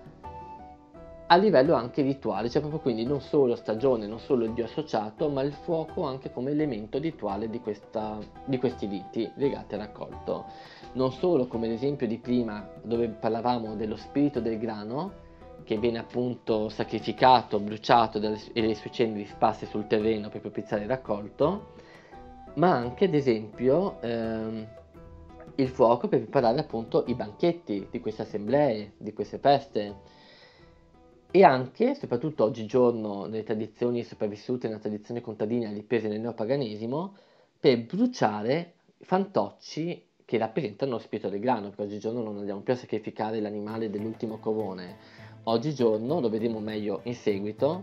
a livello anche rituale, cioè proprio quindi non solo stagione, non solo il dio associato, ma il fuoco anche come elemento rituale di, questa, di questi riti legati al raccolto. Non solo come l'esempio di prima dove parlavamo dello spirito del grano, che viene appunto sacrificato, bruciato e le sue ceneri sparse sul terreno per propiziare il raccolto, ma anche ad esempio ehm, il fuoco per preparare appunto i banchetti di queste assemblee, di queste feste. E anche, soprattutto oggigiorno, nelle tradizioni sopravvissute, nella tradizione contadina riprese nel neopaganesimo, per bruciare fantocci che rappresentano lo spirito del grano, perché oggigiorno non andiamo più a sacrificare l'animale dell'ultimo covone. Oggigiorno, lo vedremo meglio in seguito,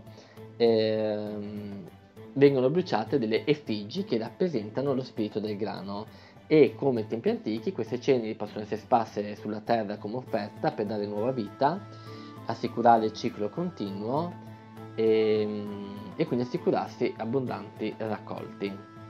ehm, vengono bruciate delle effigi che rappresentano lo spirito del grano, e come ai tempi antichi queste ceneri possono essere sparse sulla terra come offerta per dare nuova vita, assicurare il ciclo continuo e, e quindi assicurarsi abbondanti raccolti.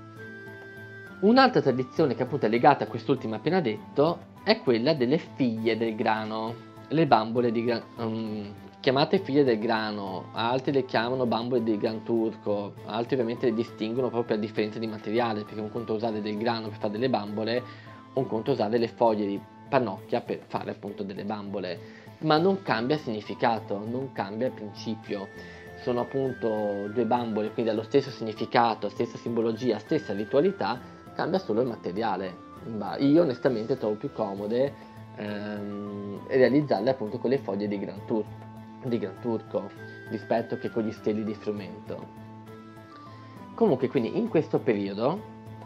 Un'altra tradizione che appunto è legata a quest'ultima appena detto è quella delle figlie del grano, le bambole di grano, um, chiamate figlie del grano, altri le chiamano bambole di gran turco, altri ovviamente le distinguono proprio a differenza di materiale, perché un conto è usare del grano per fare delle bambole, un conto è usare le foglie di pannocchia per fare appunto delle bambole, ma non cambia significato, non cambia principio. Sono appunto due bambole, quindi allo stesso significato, stessa simbologia, stessa ritualità, cambia solo il materiale. Io onestamente trovo più comode ehm, realizzarle appunto con le foglie di Gran, Tur- di Gran Turco rispetto che con gli steli di frumento. Comunque quindi in questo periodo,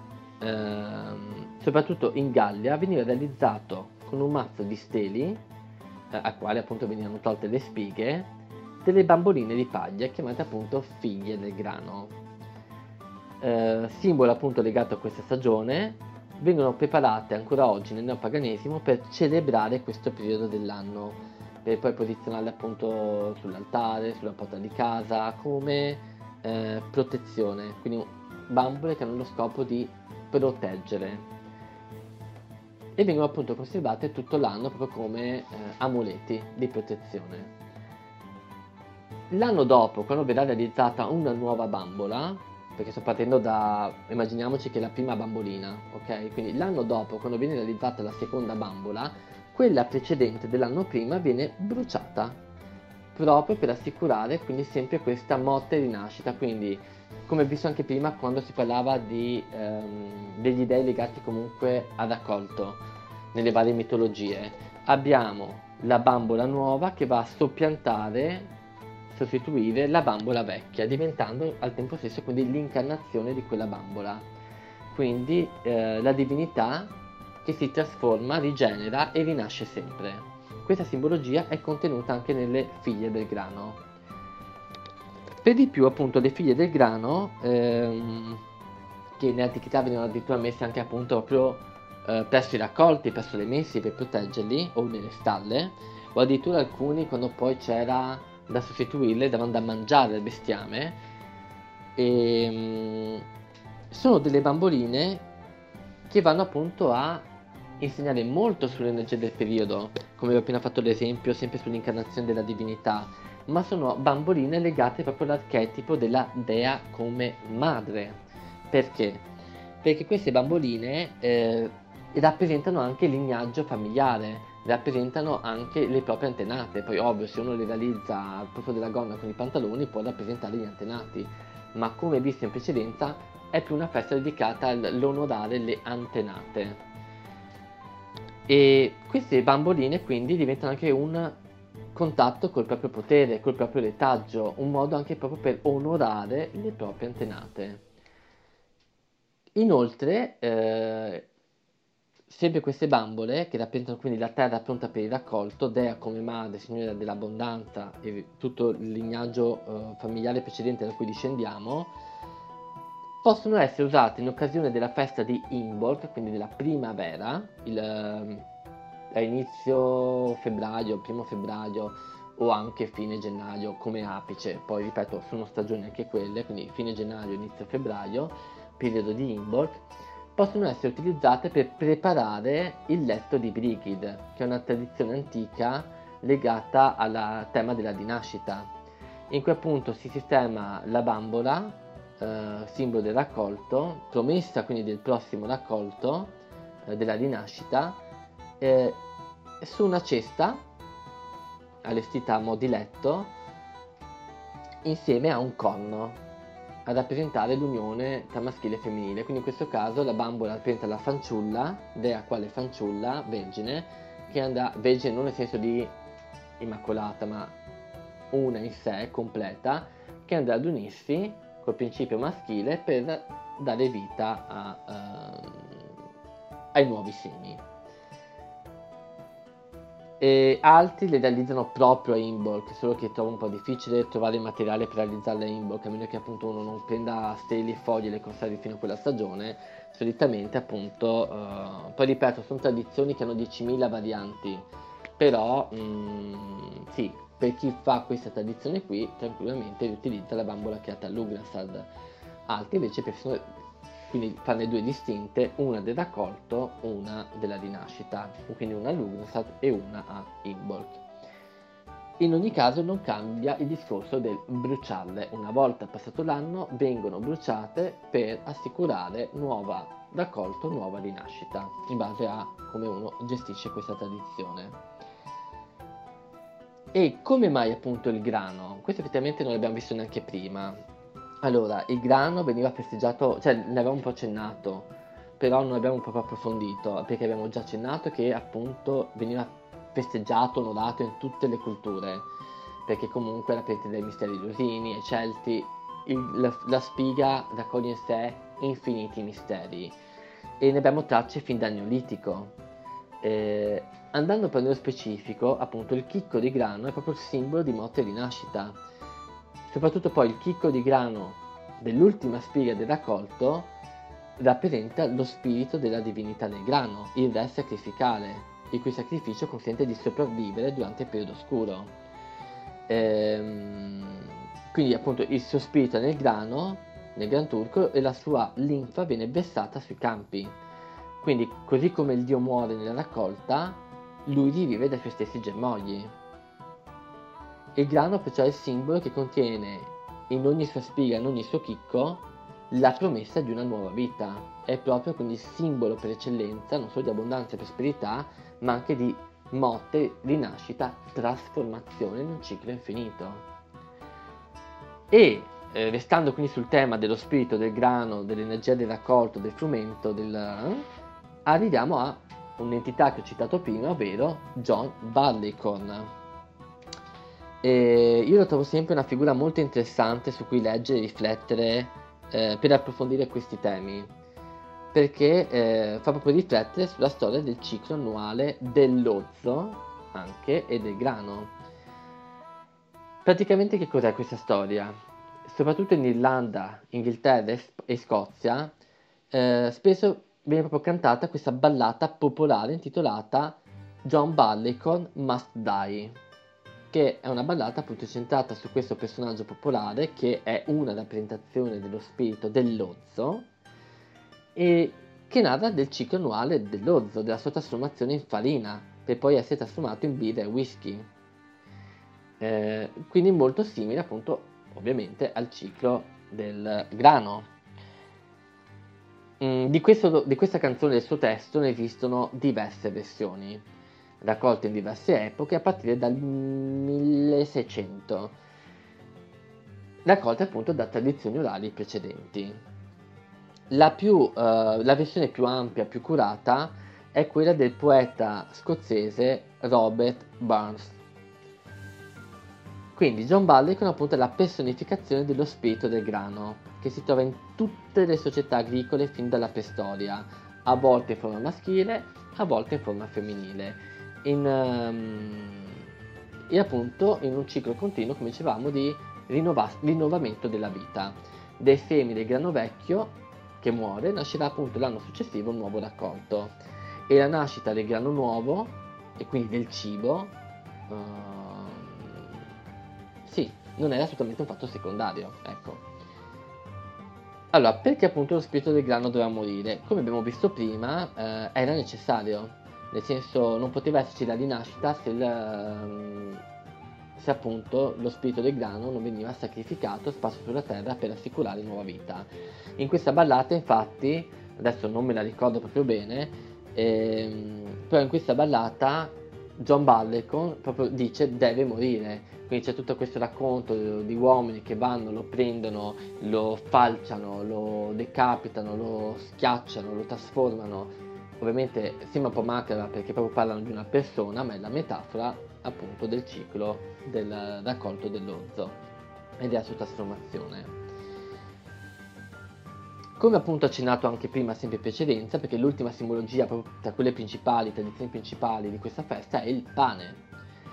ehm, soprattutto in Gallia, veniva realizzato con un mazzo di steli a quale appunto venivano tolte le spighe, delle bamboline di paglia chiamate appunto figlie del grano. Eh, simbolo appunto legato a questa stagione, vengono preparate ancora oggi nel neopaganesimo per celebrare questo periodo dell'anno, per poi posizionarle appunto sull'altare, sulla porta di casa, come eh, protezione, quindi bambole che hanno lo scopo di proteggere. e vengono appunto conservate tutto l'anno proprio come eh, amuleti di protezione. L'anno dopo, quando verrà realizzata una nuova bambola, perché sto partendo da, immaginiamoci che è la prima bambolina, ok? Quindi l'anno dopo, quando viene realizzata la seconda bambola, quella precedente dell'anno prima viene bruciata, proprio per assicurare quindi sempre questa morte e rinascita. Quindi, come visto anche prima, quando si parlava di, ehm, degli dei legati comunque al raccolto, nelle varie mitologie, abbiamo la bambola nuova che va a soppiantare, sostituire la bambola vecchia, diventando al tempo stesso quindi l'incarnazione di quella bambola. Quindi eh, la divinità che si trasforma, rigenera e rinasce sempre. Questa simbologia è contenuta anche nelle figlie del grano. Per di più, appunto, le figlie del grano, ehm, che nell'antichità venivano addirittura messe anche appunto proprio eh, presso i raccolti, presso le messi per proteggerli, o nelle stalle, o addirittura alcuni, quando poi c'era da sostituirle, davano da mangiare al bestiame. E, mh, sono delle bamboline che vanno appunto a insegnare molto sull'energia del periodo, come ho appena fatto l'esempio, sempre sull'incarnazione della divinità, ma sono bamboline legate proprio all'archetipo della dea come madre. Perché? Perché queste bamboline eh, rappresentano anche il lignaggio familiare, rappresentano anche le proprie antenate. Poi ovvio, se uno le realizza al posto della gonna con i pantaloni può rappresentare gli antenati, ma come visto in precedenza è più una festa dedicata all'onorare le antenate. E queste bamboline quindi diventano anche un contatto col proprio potere, col proprio retaggio, un modo anche proprio per onorare le proprie antenate. Inoltre, eh, sempre queste bambole, che rappresentano quindi la terra pronta per il raccolto, dea come madre, signora dell'abbondanza e tutto il lignaggio eh, familiare precedente da cui discendiamo, possono essere usate in occasione della festa di Imbolc, quindi della primavera, il, eh, a inizio febbraio, primo febbraio o anche fine gennaio come apice. Poi ripeto, sono stagioni anche quelle, quindi fine gennaio, inizio febbraio, periodo di Imbolc, possono essere utilizzate per preparare il letto di Brigid, che è una tradizione antica legata al tema della dinascita, in cui appunto si sistema la bambola, eh, simbolo del raccolto, promessa quindi del prossimo raccolto eh, della dinascita, eh, su una cesta allestita a mo' di letto insieme a un conno a rappresentare l'unione tra maschile e femminile. Quindi in questo caso la bambola rappresenta la fanciulla, dea quale fanciulla, vergine, che andrà, vergine non nel senso di immacolata, ma una in sé, completa, che andrà ad unirsi col principio maschile per dare vita a, uh, ai nuovi semi. E altri le realizzano proprio a Imbolc, solo che trovo un po' difficile trovare il materiale per realizzarle a Imbolc, a meno che appunto uno non prenda steli e foglie e le conservi fino a quella stagione. Solitamente appunto, uh, poi ripeto, sono tradizioni che hanno diecimila varianti, però mm, sì, per chi fa questa tradizione qui tranquillamente utilizza la bambola creata all'Ugrasad. Altri invece preferiscono quindi farne due distinte, una del raccolto, una della rinascita, quindi una all'Ugrasad e una a Imbolc. In ogni caso non cambia il discorso del bruciarle. Una volta passato l'anno vengono bruciate per assicurare nuova raccolto, nuova rinascita, in base a come uno gestisce questa tradizione. E come mai appunto il grano? Questo effettivamente non l'abbiamo visto neanche prima. Allora, il grano veniva festeggiato, cioè ne avevamo un po' accennato, però non abbiamo proprio approfondito, perché abbiamo già accennato che appunto veniva festeggiato, onorato in tutte le culture, perché comunque rappresenta dei misteri lusini e celti, il, la, la spiga raccoglie in sé infiniti misteri, e ne abbiamo tracce fin dal Neolitico. Eh, andando per nello specifico, appunto il chicco di grano è proprio il simbolo di morte e rinascita. Soprattutto poi il chicco di grano dell'ultima spiga del raccolto rappresenta lo spirito della divinità del grano, il re sacrificale, il cui sacrificio consente di sopravvivere durante il periodo oscuro. Ehm, quindi appunto il suo spirito è nel grano, nel gran turco, e la sua linfa viene versata sui campi. Quindi, così come il dio muore nella raccolta, lui rivive dai suoi stessi germogli. Il grano perciò è il simbolo che contiene in ogni sua spiga, in ogni suo chicco, la promessa di una nuova vita. È proprio quindi il simbolo per eccellenza, non solo di abbondanza e prosperità, ma anche di morte, rinascita, trasformazione in un ciclo infinito. E eh, restando quindi sul tema dello spirito del grano, dell'energia del raccolto, del frumento, del... arriviamo a un'entità che ho citato prima, ovvero John Barleycorn. E io lo trovo sempre una figura molto interessante su cui leggere e riflettere eh, per approfondire questi temi, perché eh, fa proprio riflettere sulla storia del ciclo annuale dell'ozzo anche e del grano. Praticamente che cos'è questa storia? Soprattutto in Irlanda, Inghilterra e Scozia eh, spesso viene proprio cantata questa ballata popolare intitolata John Barleycorn Must Die, che è una ballata appunto centrata su questo personaggio popolare che è una rappresentazione dello spirito dell'ozzo e che narra del ciclo annuale dell'ozzo, della sua trasformazione in farina per poi essere trasformato in birra e whisky. Eh, quindi molto simile appunto ovviamente al ciclo del grano. Mm, di, questo, di questa canzone e del suo testo ne esistono diverse versioni, raccolte in diverse epoche a partire dal milleseicento, raccolte appunto da tradizioni orali precedenti. La, più, eh, la versione più ampia, più curata, è quella del poeta scozzese Robert Burns. Quindi John Barleycorn appunto è la personificazione dello spirito del grano, che si trova in tutte le società agricole fin dalla preistoria, a volte in forma maschile, a volte in forma femminile, in, um, e appunto in un ciclo continuo, come dicevamo, di rinnova- rinnovamento della vita. Dai semi del grano vecchio che muore nascerà appunto l'anno successivo un nuovo raccolto, e la nascita del grano nuovo, e quindi del cibo, uh, sì, non era assolutamente un fatto secondario, ecco. Allora, perché appunto lo spirito del grano doveva morire? Come abbiamo visto prima, eh, era necessario, nel senso non poteva esserci la rinascita se, il, se appunto lo spirito del grano non veniva sacrificato, sparso sulla terra per assicurare nuova vita. In questa ballata, infatti, adesso non me la ricordo proprio bene, ehm, però in questa ballata John Barleycorn proprio dice deve morire. Quindi c'è tutto questo racconto di uomini che vanno, lo prendono, lo falciano, lo decapitano, lo schiacciano, lo trasformano. Ovviamente sembra un po' macabra perché proprio parlano di una persona, ma è la metafora appunto del ciclo del raccolto dell'orzo e della sua trasformazione. Come appunto accennato anche prima, sempre in precedenza, perché l'ultima simbologia proprio tra quelle principali, tradizioni principali di questa festa è il pane.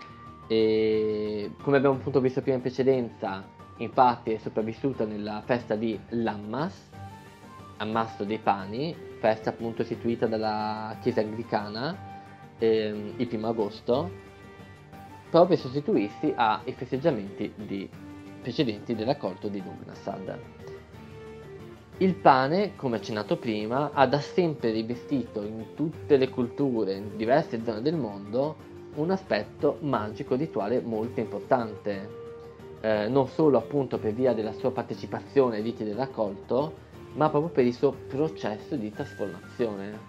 E come abbiamo appunto visto prima in precedenza, infatti è sopravvissuta nella festa di Lammas, ammasso dei pani, festa appunto istituita dalla chiesa anglicana ehm, il primo agosto, proprio per sostituirsi ai festeggiamenti di, precedenti del raccolto di Lugnasad. Il pane, come accennato prima, ha da sempre rivestito in tutte le culture, in diverse zone del mondo, un aspetto magico rituale molto importante, eh, non solo appunto per via della sua partecipazione ai riti del raccolto, ma proprio per il suo processo di trasformazione.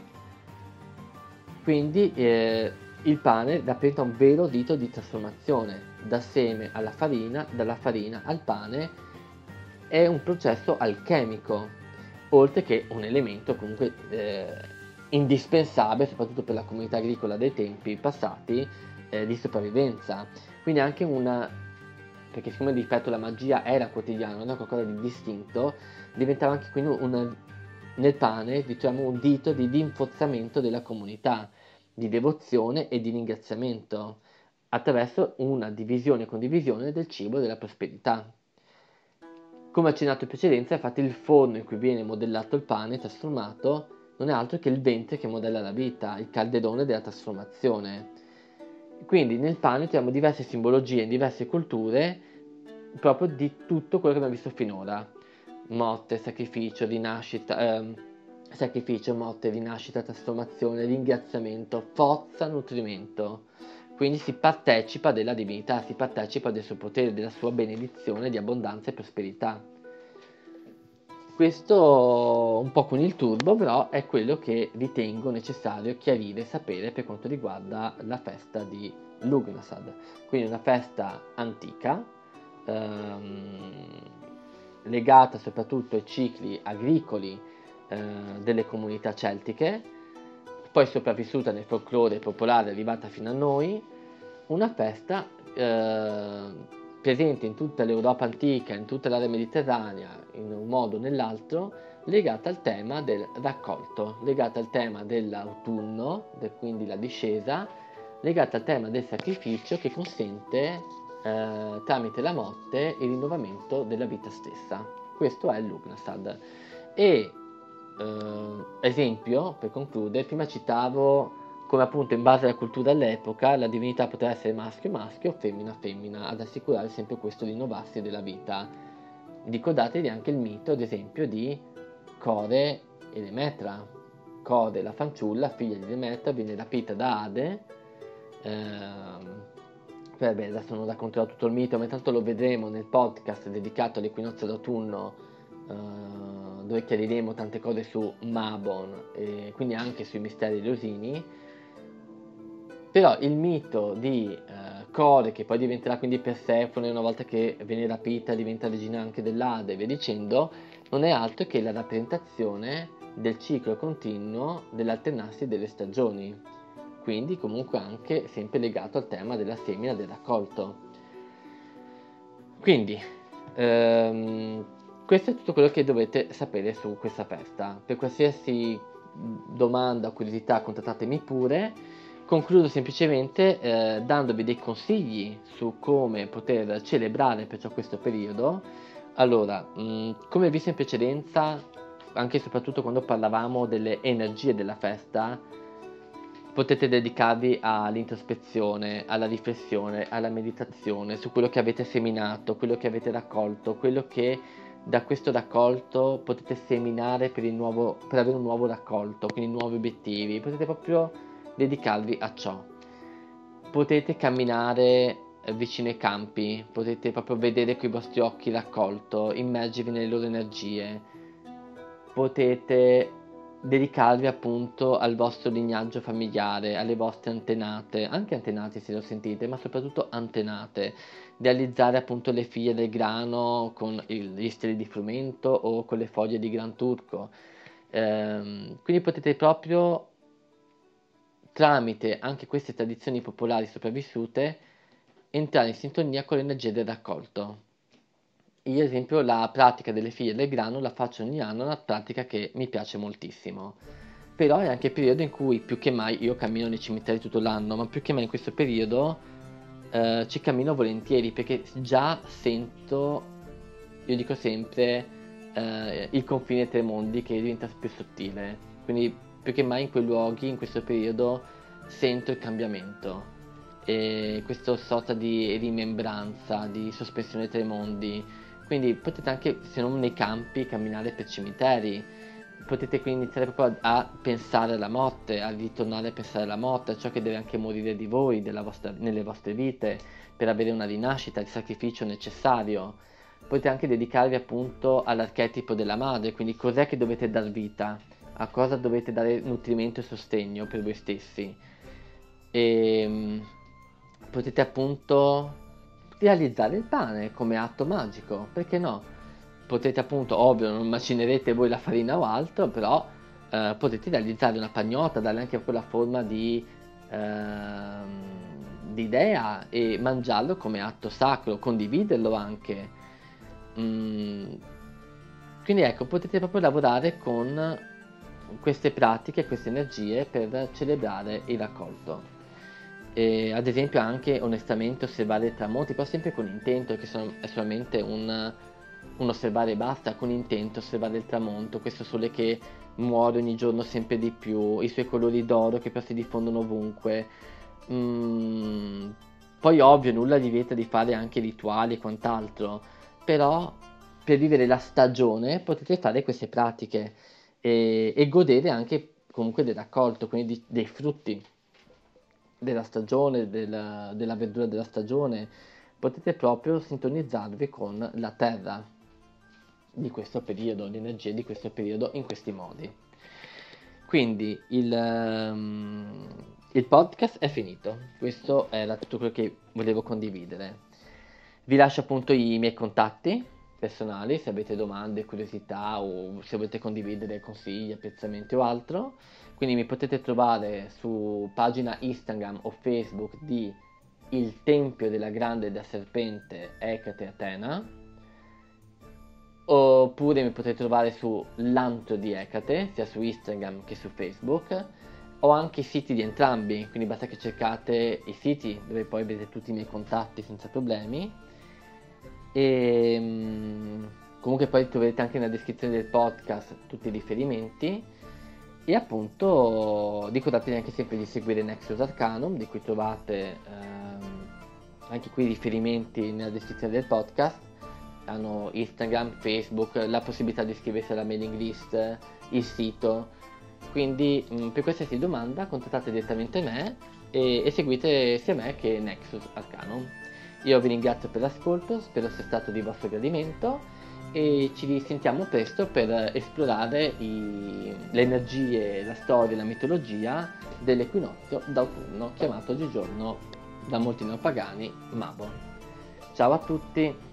Quindi eh, il pane rappresenta un vero rito di trasformazione, da seme alla farina, dalla farina al pane. È un processo alchemico, oltre che un elemento comunque eh, indispensabile, soprattutto per la comunità agricola dei tempi passati, eh, di sopravvivenza. Quindi anche una, perché siccome ripeto la magia era quotidiana, non era qualcosa di distinto, diventava anche quindi un, nel pane diciamo un dito di rinforzamento della comunità, di devozione e di ringraziamento, attraverso una divisione e condivisione del cibo e della prosperità. Come accennato in precedenza, infatti il forno in cui viene modellato il pane trasformato non è altro che il ventre che modella la vita, il calderone della trasformazione. Quindi nel pane troviamo diverse simbologie in diverse culture proprio di tutto quello che abbiamo visto finora: morte, sacrificio, rinascita, ehm, sacrificio, morte, rinascita, trasformazione, ringraziamento, forza, nutrimento. Quindi si partecipa della divinità, si partecipa del suo potere, della sua benedizione di abbondanza e prosperità. Questo un po' con il turbo, però è quello che ritengo necessario chiarire e sapere per quanto riguarda la festa di Lugnasad. Quindi una festa antica, ehm, legata soprattutto ai cicli agricoli eh, delle comunità celtiche, poi sopravvissuta nel folklore popolare arrivata fino a noi, una festa eh, presente in tutta l'Europa antica, in tutta l'area mediterranea, in un modo o nell'altro, legata al tema del raccolto, legata al tema dell'autunno, del, quindi la discesa, legata al tema del sacrificio che consente eh, tramite la morte il rinnovamento della vita stessa. Questo è Lugnasad. E eh, esempio, per concludere, prima citavo come appunto in base alla cultura dell'epoca la divinità poteva essere maschio maschio o femmina femmina, ad assicurare sempre questo rinnovarsi della vita. Ricordatevi anche il mito, ad esempio, di Core e Demetra. Core, la fanciulla, figlia di Demetra, viene rapita da Ade. Ehm, Beh, adesso non racconterò tutto il mito, ma intanto lo vedremo nel podcast dedicato all'equinozio d'autunno, eh, dove chiariremo tante cose su Mabon e quindi anche sui misteri eleusini. Però il mito di eh, Core, che poi diventerà quindi Persefone una volta che viene rapita, diventa regina anche dell'Ade e via dicendo, non è altro che la rappresentazione del ciclo continuo dell'alternarsi delle stagioni, quindi comunque anche sempre legato al tema della semina del raccolto. Quindi ehm, questo è tutto quello che dovete sapere su questa festa. Per qualsiasi domanda o curiosità contattatemi pure. Concludo semplicemente eh, dandovi dei consigli su come poter celebrare perciò questo periodo. Allora, mh, come visto in precedenza, anche e soprattutto quando parlavamo delle energie della festa, potete dedicarvi all'introspezione, alla riflessione, alla meditazione su quello che avete seminato, quello che avete raccolto, quello che da questo raccolto potete seminare per, il nuovo, per avere un nuovo raccolto, quindi nuovi obiettivi. Potete proprio dedicarvi a ciò. Potete camminare vicino ai campi, potete proprio vedere con i vostri occhi il raccolto, immergervi nelle loro energie, potete dedicarvi appunto al vostro lignaggio familiare, alle vostre antenate, anche antenati se lo sentite, ma soprattutto antenate, realizzare appunto le figlie del grano con gli steli di frumento o con le foglie di gran turco. Ehm, quindi potete proprio, tramite anche queste tradizioni popolari sopravvissute, entrare in sintonia con l'energia del raccolto. Io, ad esempio, la pratica delle figlie del grano la faccio ogni anno, è una pratica che mi piace moltissimo. Però è anche il periodo in cui più che mai, io cammino nei cimiteri tutto l'anno, ma più che mai in questo periodo eh, ci cammino volentieri perché già sento, io dico sempre, eh, il confine tra i mondi che diventa più sottile. Quindi più che mai in quei luoghi, in questo periodo, sento il cambiamento e questa sorta di rimembranza, di sospensione tra i mondi. Quindi potete anche, se non nei campi, camminare per cimiteri, potete quindi iniziare proprio a, a pensare alla morte, a ritornare a pensare alla morte, a ciò che deve anche morire di voi, della vostra, nelle vostre vite, per avere una rinascita, il sacrificio necessario. Potete anche dedicarvi appunto all'archetipo della madre, quindi cos'è che dovete dar vita, a cosa dovete dare nutrimento e sostegno per voi stessi. E potete appunto realizzare il pane come atto magico, perché no? Potete appunto, ovvio, non macinerete voi la farina o altro, però eh, potete realizzare una pagnotta, darle anche quella forma di, eh, di idea e mangiarlo come atto sacro, condividerlo anche. Mm. Quindi ecco, potete proprio lavorare con queste pratiche, queste energie per celebrare il raccolto. E, ad esempio anche onestamente osservare i tramonti, però sempre con intento, che sono, è solamente un, un osservare e basta, con intento osservare il tramonto, questo sole che muore ogni giorno sempre di più, i suoi colori d'oro che però si diffondono ovunque. Mm, poi ovvio nulla vi vieta di fare anche rituali e quant'altro, però per vivere la stagione potete fare queste pratiche e, e godere anche comunque del raccolto, quindi di- dei frutti della stagione, della, della verdura della stagione. Potete proprio sintonizzarvi con la terra di questo periodo, l'energia di questo periodo in questi modi. Quindi il, ehm, il podcast è finito, questo era tutto quello che volevo condividere. Vi lascio appunto i miei contatti personali se avete domande, curiosità o se volete condividere consigli, apprezzamenti o altro. Quindi mi potete trovare su pagina Instagram o Facebook di Il Tempio della Grande da Serpente Ecate Atena, oppure mi potete trovare su l'Antro di Ecate, sia su Instagram che su Facebook. Ho anche i siti di entrambi, quindi basta che cercate i siti dove poi vedete tutti i miei contatti senza problemi. E mm, comunque poi troverete anche nella descrizione del podcast tutti i riferimenti. E appunto ricordatevi anche sempre di seguire Nexus Arcanum, di cui trovate ehm, anche qui i riferimenti nella descrizione del podcast. Hanno Instagram, Facebook, la possibilità di iscriversi alla mailing list, il sito. Quindi mh, per qualsiasi domanda contattate direttamente me e, e seguite sia me che Nexus Arcanum. Io vi ringrazio per l'ascolto, spero sia stato di vostro gradimento e ci risentiamo presto per esplorare i- le energie, la storia e la mitologia dell'equinozio d'autunno, chiamato oggigiorno da molti neopagani Mabon. Ciao a tutti!